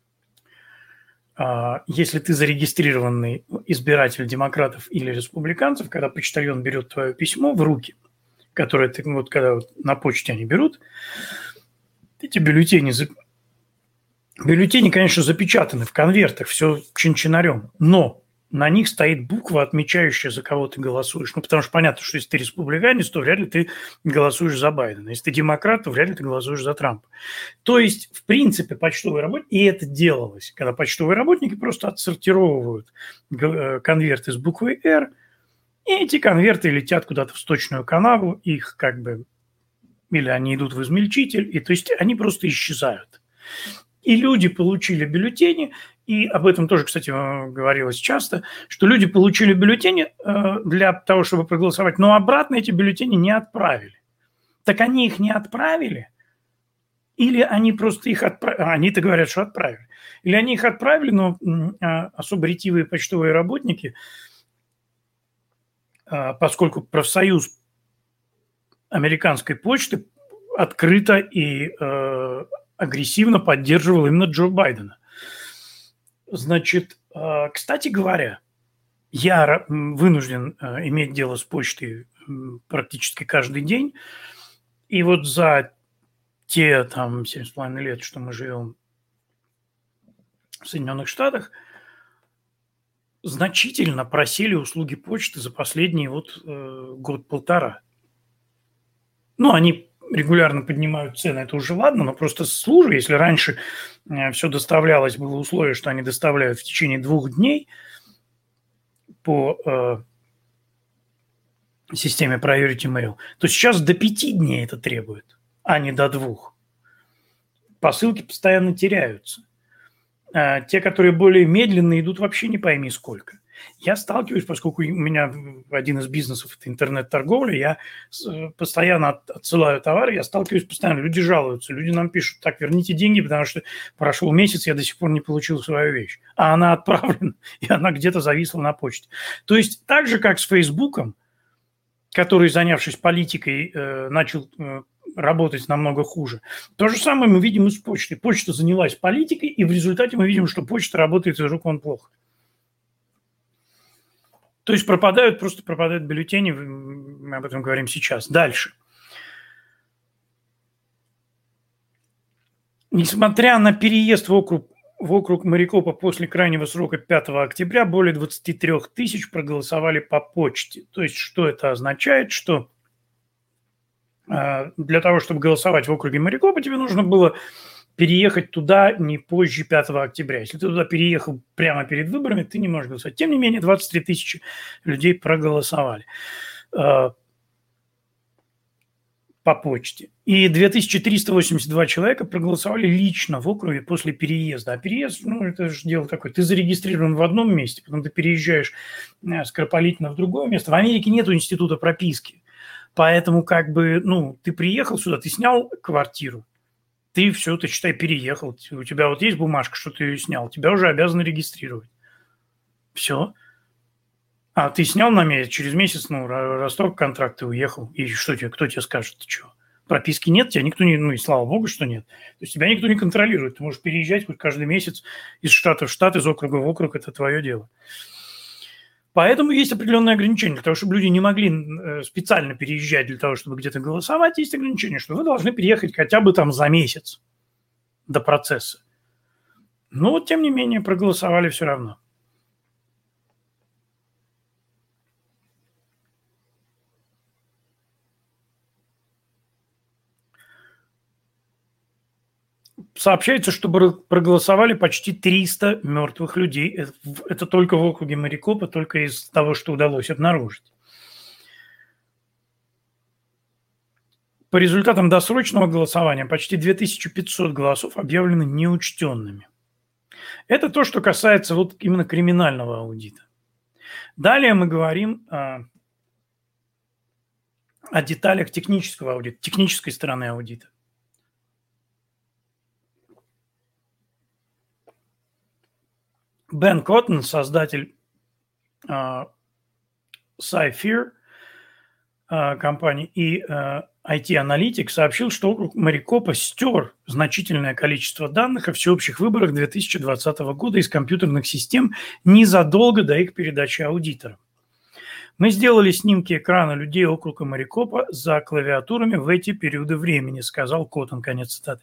если ты зарегистрированный избиратель демократов или республиканцев, когда почтальон берет твое письмо в руки, которое ты, вот когда вот на почте они берут, эти бюллетени, бюллетени, конечно, запечатаны в конвертах, все чин-чинарем, но на них стоит буква, отмечающая, за кого ты голосуешь. Ну, потому что понятно, что если ты республиканец, то вряд ли ты голосуешь за Байдена. Если ты демократ, то вряд ли ты голосуешь за Трампа. То есть, в принципе, почтовые работники, и это делалось, когда почтовые работники просто отсортировывают конверты с буквой «Р», и эти конверты летят куда-то в сточную канаву, их как бы или они идут в измельчитель, и то есть они просто исчезают. И люди получили бюллетени, и об этом тоже, кстати, говорилось часто, что люди получили бюллетени для того, чтобы проголосовать, но обратно эти бюллетени не отправили. Так они их не отправили, или они просто их отправили, они-то говорят, что отправили, или они их отправили, но особо ретивые почтовые работники, поскольку профсоюз американской почты открыто и э, агрессивно поддерживал именно Джо Байдена. Значит, э, кстати говоря, я вынужден э, иметь дело с почтой э, практически каждый день, и вот за те там семь с половиной лет, что мы живем в Соединенных Штатах, значительно просели услуги почты за последний вот э, год-полтора. Ну, они регулярно поднимают цены, это уже ладно, но просто служба, если раньше все доставлялось, было условие, что они доставляют в течение двух дней по э, системе Priority Mail, то сейчас до пяти дней это требует, а не до двух. Посылки постоянно теряются. А те, которые более медленно идут, вообще не пойми сколько. Я сталкиваюсь, поскольку у меня один из бизнесов – это интернет-торговля, я постоянно отсылаю товары, я сталкиваюсь постоянно, люди жалуются, люди нам пишут, так, верните деньги, потому что прошел месяц, я до сих пор не получил свою вещь, а она отправлена, и она где-то зависла на почте. То есть так же, как с Фейсбуком, который, занявшись политикой, начал работать намного хуже. То же самое мы видим и с почтой. Почта занялась политикой, и в результате мы видим, что почта работает из рук вон плохо. То есть пропадают, просто пропадают бюллетени, мы об этом говорим сейчас. Дальше. Несмотря на переезд в округ, в округ Марикопа после крайнего срока пятого октября, более двадцать три тысячи проголосовали по почте. То есть что это означает? Что э, для того, чтобы голосовать в округе Марикопа, тебе нужно было переехать туда не позже пятого октября. Если ты туда переехал прямо перед выборами, ты не можешь голосовать. Тем не менее, двадцать три тысячи людей проголосовали э, по почте. И две тысячи триста восемьдесят два человека проголосовали лично в округе после переезда. А переезд, ну, это же дело такое. Ты зарегистрирован в одном месте, потом ты переезжаешь э, скоропалительно в другое место. В Америке нет института прописки. Поэтому, как бы, ну, ты приехал сюда, ты снял квартиру, ты все, ты, считай, переехал. У тебя вот есть бумажка, что ты ее снял, тебя уже обязаны регистрировать. Все. А ты снял на месяц, через месяц, ну, расторг контракт, ты уехал. И что тебе, кто тебе скажет, ты что? Прописки нет, тебя никто не, ну и слава богу, что нет. То есть тебя никто не контролирует. Ты можешь переезжать хоть каждый месяц из штата в штат, из округа в округ, это твое дело. Поэтому есть определенные ограничения. Для того, чтобы люди не могли специально переезжать для того, чтобы где-то голосовать, есть ограничения, что вы должны переехать хотя бы там за месяц до процесса. Но вот, тем не менее, проголосовали все равно. Сообщается, что проголосовали почти триста мертвых людей. Это только в округе Марикопа, только из того, что удалось обнаружить. По результатам досрочного голосования почти две тысячи пятьсот голосов объявлены неучтенными. Это то, что касается вот именно криминального аудита. Далее мы говорим о, о деталях технического аудита, технической стороны аудита. Бен Коттон, создатель uh, Cypher uh, компании и uh, ай ти-аналитик, сообщил, что округ Марикопа стер значительное количество данных о всеобщих выборах две тысячи двадцатого года из компьютерных систем незадолго до их передачи аудиторам. Мы сделали снимки экрана людей округа Марикопа за клавиатурами в эти периоды времени, сказал Коттон, конец цитаты.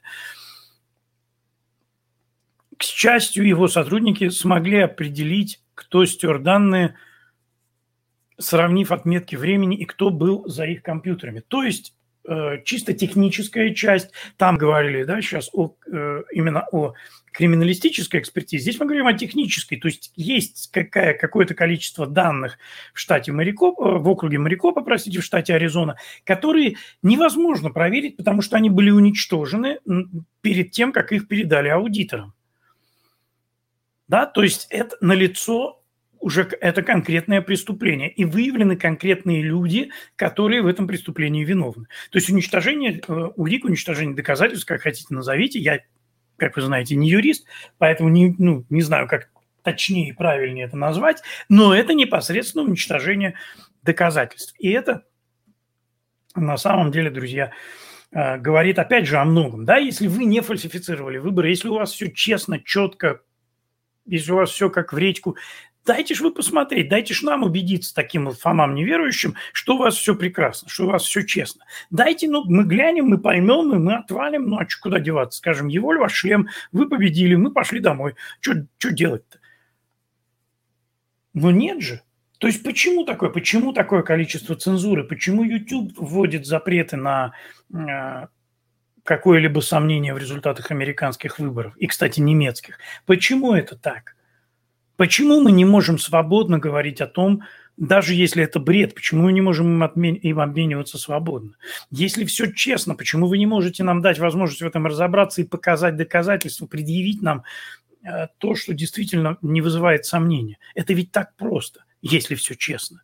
К счастью, его сотрудники смогли определить, кто стер данные, сравнив отметки времени и кто был за их компьютерами. То есть э, чисто техническая часть. Там говорили, да, сейчас о, э, именно о криминалистической экспертизе. Здесь мы говорим о технической. То есть есть какая, какое-то количество данных в штате Марикопа, в округе Марикопа, простите, в штате Аризона, которые невозможно проверить, потому что они были уничтожены перед тем, как их передали аудиторам. Да, то есть это налицо уже это конкретное преступление, и выявлены конкретные люди, которые в этом преступлении виновны. То есть уничтожение, улик, уничтожение доказательств, как хотите назовите, я, как вы знаете, не юрист, поэтому не, ну, не знаю, как точнее и правильнее это назвать, но это непосредственно уничтожение доказательств. И это на самом деле, друзья, говорит опять же о многом. Да? Если вы не фальсифицировали выборы, если у вас все честно, четко, если у вас все как в редьку, дайте ж вы посмотреть, дайте ж нам убедиться, таким вот Фомам неверующим, что у вас все прекрасно, что у вас все честно. Дайте, ну, мы глянем, мы поймем, и мы отвалим, ну, а что, куда деваться? Скажем, Еволь, ваш шлем, вы победили, мы пошли домой. Что делать-то? Но нет же. То есть почему такое? Почему такое количество цензуры? Почему YouTube вводит запреты на э, какое-либо сомнение в результатах американских выборов? И, кстати, немецких. Почему это так? Почему мы не можем свободно говорить о том, даже если это бред, почему мы не можем им, обмен... им обмениваться свободно? Если все честно, почему вы не можете нам дать возможность в этом разобраться и показать доказательства, предъявить нам э, то, что действительно не вызывает сомнения? Это ведь так просто, если все честно.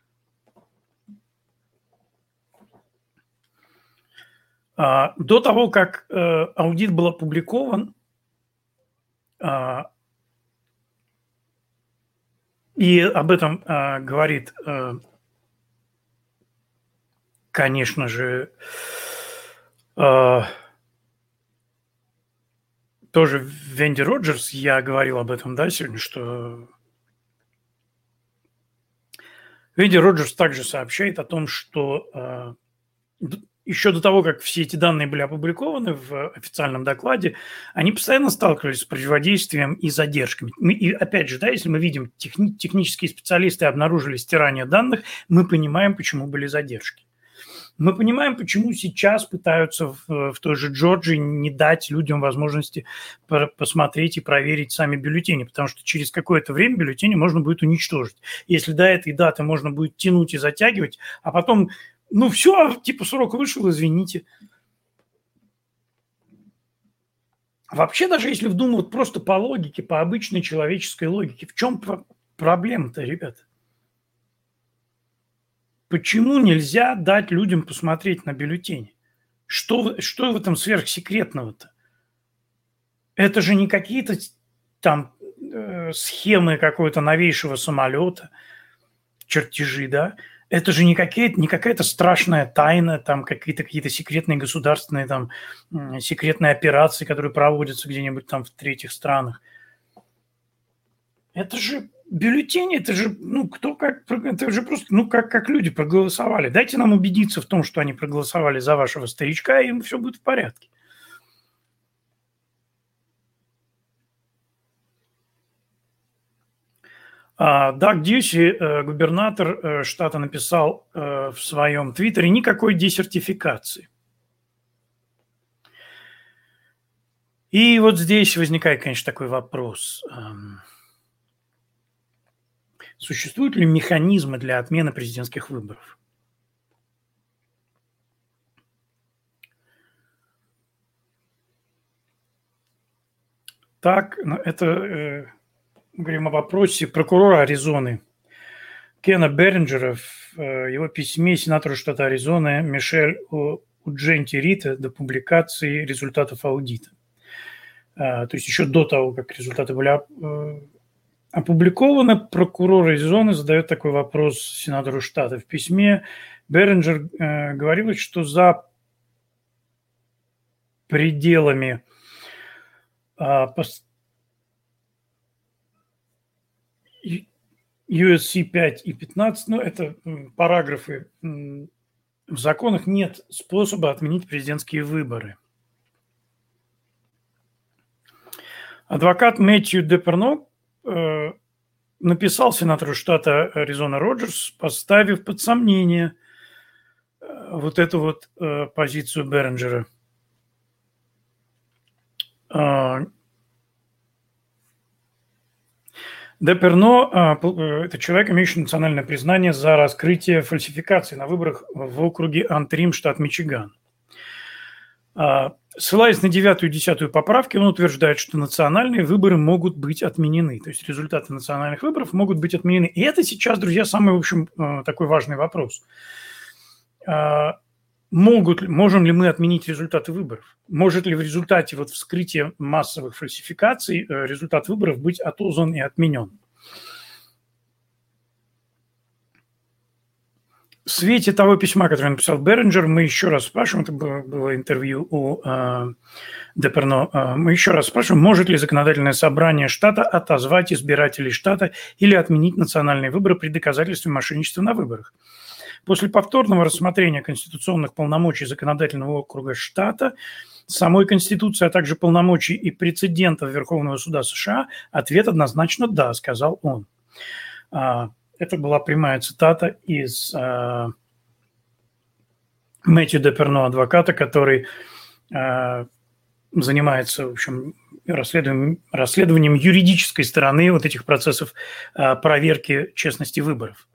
А, до того, как э, аудит был опубликован, а, и об этом э, говорит, э, конечно же, э, тоже Венди Роджерс, я говорил об этом, да, сегодня, что Венди Роджерс также сообщает о том, что э, еще до того, как все эти данные были опубликованы в официальном докладе, они постоянно сталкивались с противодействием и задержками. И опять же, да, если мы видим, техни- технические специалисты обнаружили стирание данных, мы понимаем, почему были задержки. Мы понимаем, почему сейчас пытаются в, в той же Джорджии не дать людям возможности посмотреть и проверить сами бюллетени, потому что через какое-то время бюллетени можно будет уничтожить. Если до этой даты можно будет тянуть и затягивать, а потом... Ну, все, типа срок вышел, извините. Вообще, даже если вдумывать просто по логике, по обычной человеческой логике, в чем про- проблема-то, ребята? Почему нельзя дать людям посмотреть на бюллетени? Что, что в этом сверхсекретного-то? Это же не какие-то там э, схемы какого-то новейшего самолета, чертежи, да? Это же не, какие-то, не какая-то страшная тайна, там какие-то, какие-то секретные государственные, там, секретные операции, которые проводятся где-нибудь там в третьих странах. Это же бюллетени, это же, ну, кто как, это же просто, ну, как, как люди проголосовали. Дайте нам убедиться в том, что они проголосовали за вашего старичка, и им все будет в порядке. Даг Дьюси, губернатор штата, написал в своем твиттере: никакой десертификации. И вот здесь возникает, конечно, такой вопрос. Существуют ли механизмы для отмены президентских выборов? Так, это... Говорим о вопросе прокурора Аризоны Кена Беринджера в его письме сенатору штата Аризоны Мишель Удженти Рита до публикации результатов аудита. То есть еще до того, как результаты были опубликованы, прокурор Аризоны задает такой вопрос сенатору штата. В письме Беринджер говорил, что за пределами ю эс си пять и пятнадцать, ну, это параграфы в законах, нет способа отменить президентские выборы. Адвокат Мэтью Деперно э, написал сенатору штата Аризона Роджерс, поставив под сомнение вот эту вот э, позицию Беринджера. Э, Де Перно э, это человек, имеющий национальное признание за раскрытие фальсификаций на выборах в округе Антрим, штат Мичиган. Ссылаясь на девятую и десятую поправки, он утверждает, что национальные выборы могут быть отменены. То есть результаты национальных выборов могут быть отменены. И это сейчас, друзья, самый, в общем, такой важный вопрос. Могут, можем ли мы отменить результаты выборов? Может ли в результате вот вскрытия массовых фальсификаций результат выборов быть отозван и отменен? В свете того письма, которое написал Беринджер, мы еще раз спрашиваем, это было, было интервью у э, Де Перно, э, мы еще раз спрашиваем, может ли законодательное собрание штата отозвать избирателей штата или отменить национальные выборы при доказательстве мошенничества на выборах. После повторного рассмотрения конституционных полномочий законодательного округа штата, самой Конституции, а также полномочий и прецедентов Верховного суда США, ответ однозначно «да», сказал он. Это была прямая цитата из э, Мэтью Де Перно, адвоката, который э, занимается, в общем, расследованием, расследованием юридической стороны вот этих процессов э, проверки честности выборов.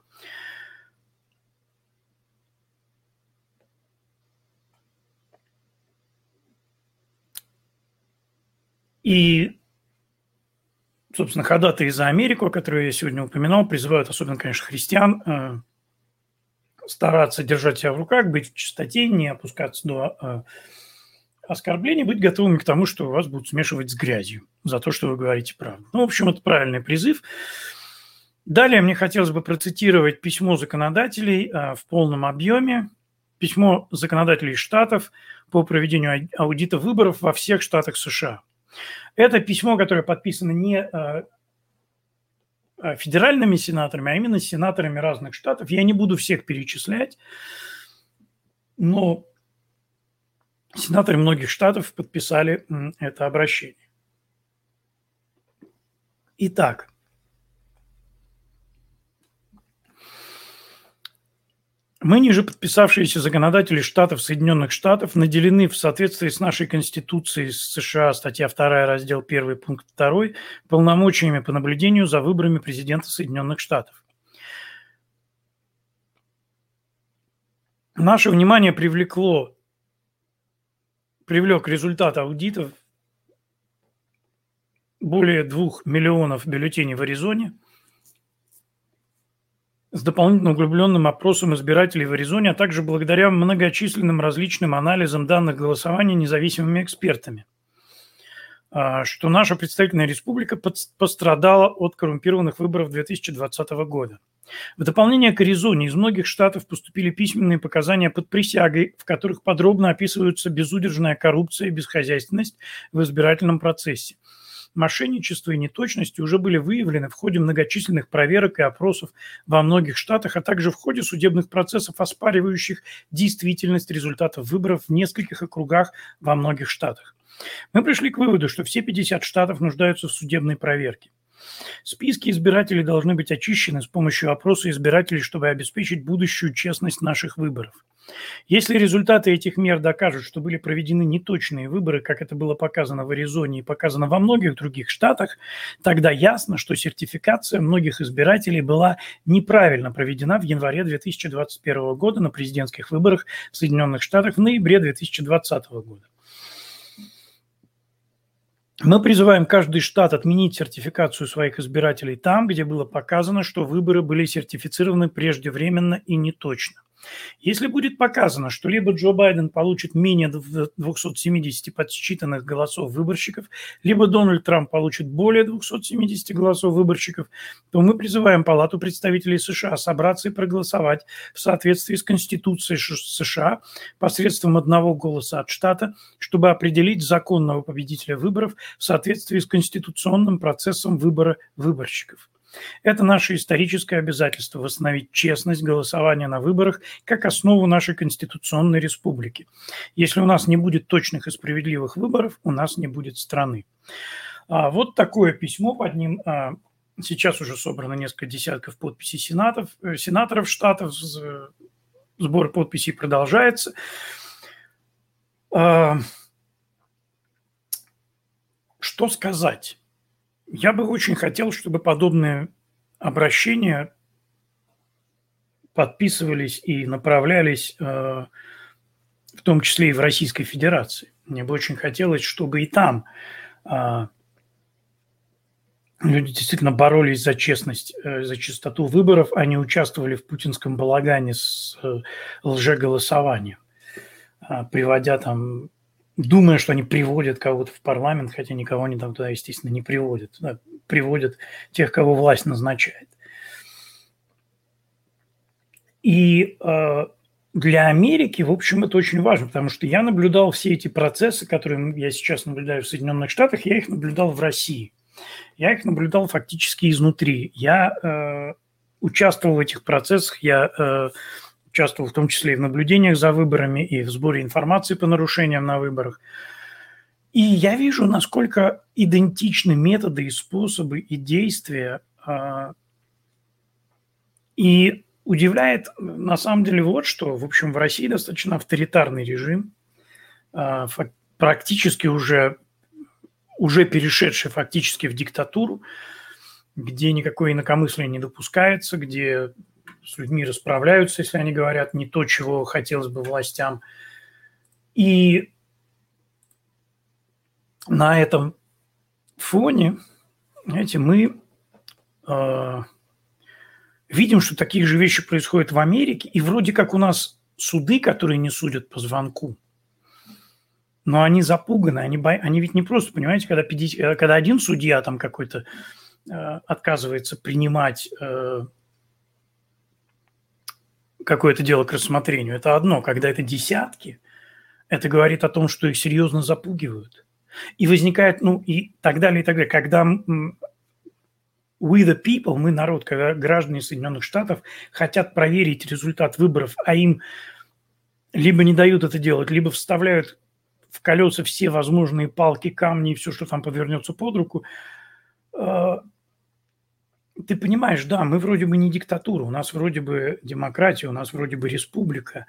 И, собственно, ходатаи за Америку, которую я сегодня упоминал, призывают, особенно, конечно, христиан, стараться держать себя в руках, быть в чистоте, не опускаться до оскорблений, быть готовыми к тому, что вас будут смешивать с грязью за то, что вы говорите правду. Ну, в общем, это правильный призыв. Далее мне хотелось бы процитировать письмо законодателей в полном объеме, письмо законодателей штатов по проведению аудита выборов во всех штатах США. Это письмо, которое подписано не федеральными сенаторами, а именно сенаторами разных штатов. Я не буду всех перечислять, но сенаторы многих штатов подписали это обращение. Итак, мы, ниже подписавшиеся законодатели штатов Соединенных Штатов, наделены в соответствии с нашей Конституцией США, статья вторая, раздел один, пункт два, полномочиями по наблюдению за выборами президента Соединенных Штатов. Наше внимание привлекло, привлек результат аудитов более двух миллионов бюллетеней в Аризоне, с дополнительно углубленным опросом избирателей в Аризоне, а также благодаря многочисленным различным анализам данных голосования независимыми экспертами, что наша представительная республика пострадала от коррумпированных выборов две тысячи двадцатого года. В дополнение к Аризоне из многих штатов поступили письменные показания под присягой, в которых подробно описываются безудержная коррупция и бесхозяйственность в избирательном процессе. Мошенничество и неточности уже были выявлены в ходе многочисленных проверок и опросов во многих штатах, а также в ходе судебных процессов, оспаривающих действительность результатов выборов в нескольких округах во многих штатах. Мы пришли к выводу, что все пятьдесят штатов нуждаются в судебной проверке. Списки избирателей должны быть очищены с помощью опроса избирателей, чтобы обеспечить будущую честность наших выборов. Если результаты этих мер докажут, что были проведены неточные выборы, как это было показано в Аризоне и показано во многих других штатах, тогда ясно, что сертификация многих избирателей была неправильно проведена в январе две тысячи двадцать первого года на президентских выборах в Соединенных Штатах в ноябре две тысячи двадцатого года. Мы призываем каждый штат отменить сертификацию своих избирателей там, где было показано, что выборы были сертифицированы преждевременно и неточно. Если будет показано, что либо Джо Байден получит менее двухсот семидесяти подсчитанных голосов выборщиков, либо Дональд Трамп получит более двухсот семидесяти голосов выборщиков, то мы призываем Палату представителей США собраться и проголосовать в соответствии с Конституцией США посредством одного голоса от штата, чтобы определить законного победителя выборов в соответствии с конституционным процессом выбора выборщиков. Это наше историческое обязательство восстановить честность голосования на выборах как основу нашей конституционной республики. Если у нас не будет точных и справедливых выборов, у нас не будет страны. А вот такое письмо, под ним а, сейчас уже собрано несколько десятков подписей сенатов, сенаторов штатов, сбор подписей продолжается. Что сказать? Я бы очень хотел, чтобы подобные обращения подписывались и направлялись, в том числе и в Российской Федерации. Мне бы очень хотелось, чтобы и там люди действительно боролись за честность, за чистоту выборов, а не участвовали в путинском балагане с лжеголосованием, приводя там, думая, что они приводят кого-то в парламент, хотя никого они там туда, естественно, не приводят. Туда приводят тех, кого власть назначает. И э, для Америки, в общем, это очень важно, потому что я наблюдал все эти процессы, которые я сейчас наблюдаю в Соединенных Штатах, я их наблюдал в России. Я их наблюдал фактически изнутри. Я э, участвовал в этих процессах, я э, участвовал в том числе и в наблюдениях за выборами, и в сборе информации по нарушениям на выборах. И я вижу, насколько идентичны методы и способы, и действия. Э, и удивляет на самом деле вот что. В общем, в России достаточно авторитарный режим, э, практически уже... уже перешедший фактически в диктатуру, где никакое инакомыслие не допускается, где с людьми расправляются, если они говорят не то, чего хотелось бы властям. И на этом фоне, знаете, мы э, видим, что такие же вещи происходят в Америке, и вроде как у нас суды, которые не судят по звонку, но они запуганы, они, бо... они ведь не просто, понимаете, когда, пятьдесят... когда один судья там какой-то э, отказывается принимать э, какое-то дело к рассмотрению, это одно. Когда это десятки, это говорит о том, что их серьезно запугивают. И возникает, ну, и так далее, и так далее. Когда we the people, мы народ, когда граждане Соединенных Штатов хотят проверить результат выборов, а им либо не дают это делать, либо вставляют в колеса все возможные палки, камни и все, что там подвернется под руку. Ты понимаешь, да, мы вроде бы не диктатура, у нас вроде бы демократия, у нас вроде бы республика,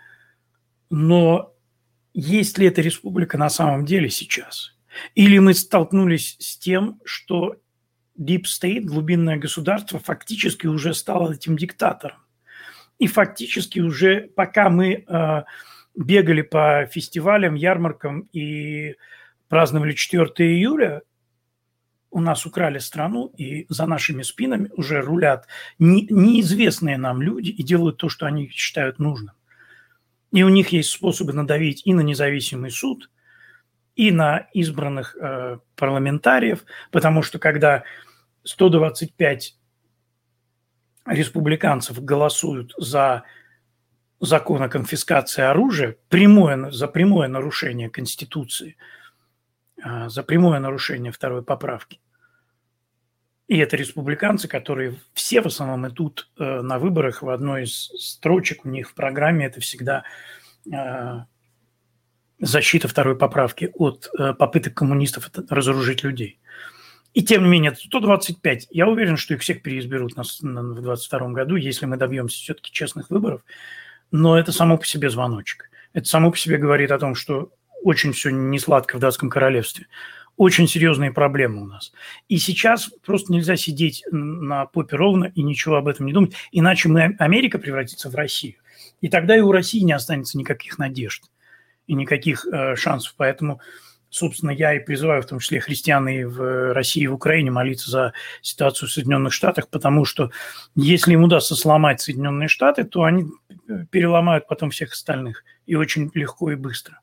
но есть ли эта республика на самом деле сейчас? Или мы столкнулись с тем, что Deep State, глубинное государство, фактически уже стало этим диктатором. И фактически уже, пока мы э, бегали по фестивалям, ярмаркам и праздновали четвёртого июля, у нас украли страну, и за нашими спинами уже рулят не, неизвестные нам люди и делают то, что они считают нужным. И у них есть способы надавить и на независимый суд, и на избранных э, парламентариев, потому что когда сто двадцать пять республиканцев голосуют за закон о конфискации оружия, прямое, за прямое нарушение Конституции, э, за прямое нарушение второй поправки, и это республиканцы, которые все в основном идут э, на выборах, в одной из строчек у них в программе это всегда э, защита второй поправки от э, попыток коммунистов разоружить людей. И тем не менее, сто двадцать пять, я уверен, что их всех переизберут на, на, в двадцать втором году, если мы добьемся все-таки честных выборов, но это само по себе звоночек. Это само по себе говорит о том, что очень все несладко в датском королевстве. Очень серьезные проблемы у нас. И сейчас просто нельзя сидеть на попе ровно и ничего об этом не думать, иначе мы, Америка превратится в Россию. И тогда и у России не останется никаких надежд и никаких э, шансов. Поэтому, собственно, я и призываю, в том числе христиан и в России, и в Украине, молиться за ситуацию в Соединенных Штатах, потому что если им удастся сломать Соединенные Штаты, то они переломают потом всех остальных. И очень легко и быстро.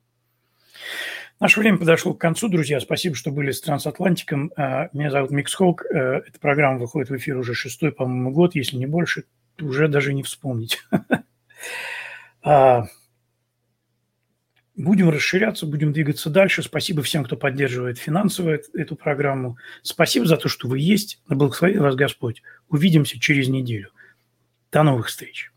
Наше время подошло к концу, друзья. Спасибо, что были с Трансатлантиком. Меня зовут Микс Холк. Эта программа выходит в эфир уже шестой, по-моему, год, если не больше, уже даже не вспомнить. Будем расширяться, будем двигаться дальше. Спасибо всем, кто поддерживает финансово эту программу. Спасибо за то, что вы есть. Да благословит вас Господь. Увидимся через неделю. До новых встреч.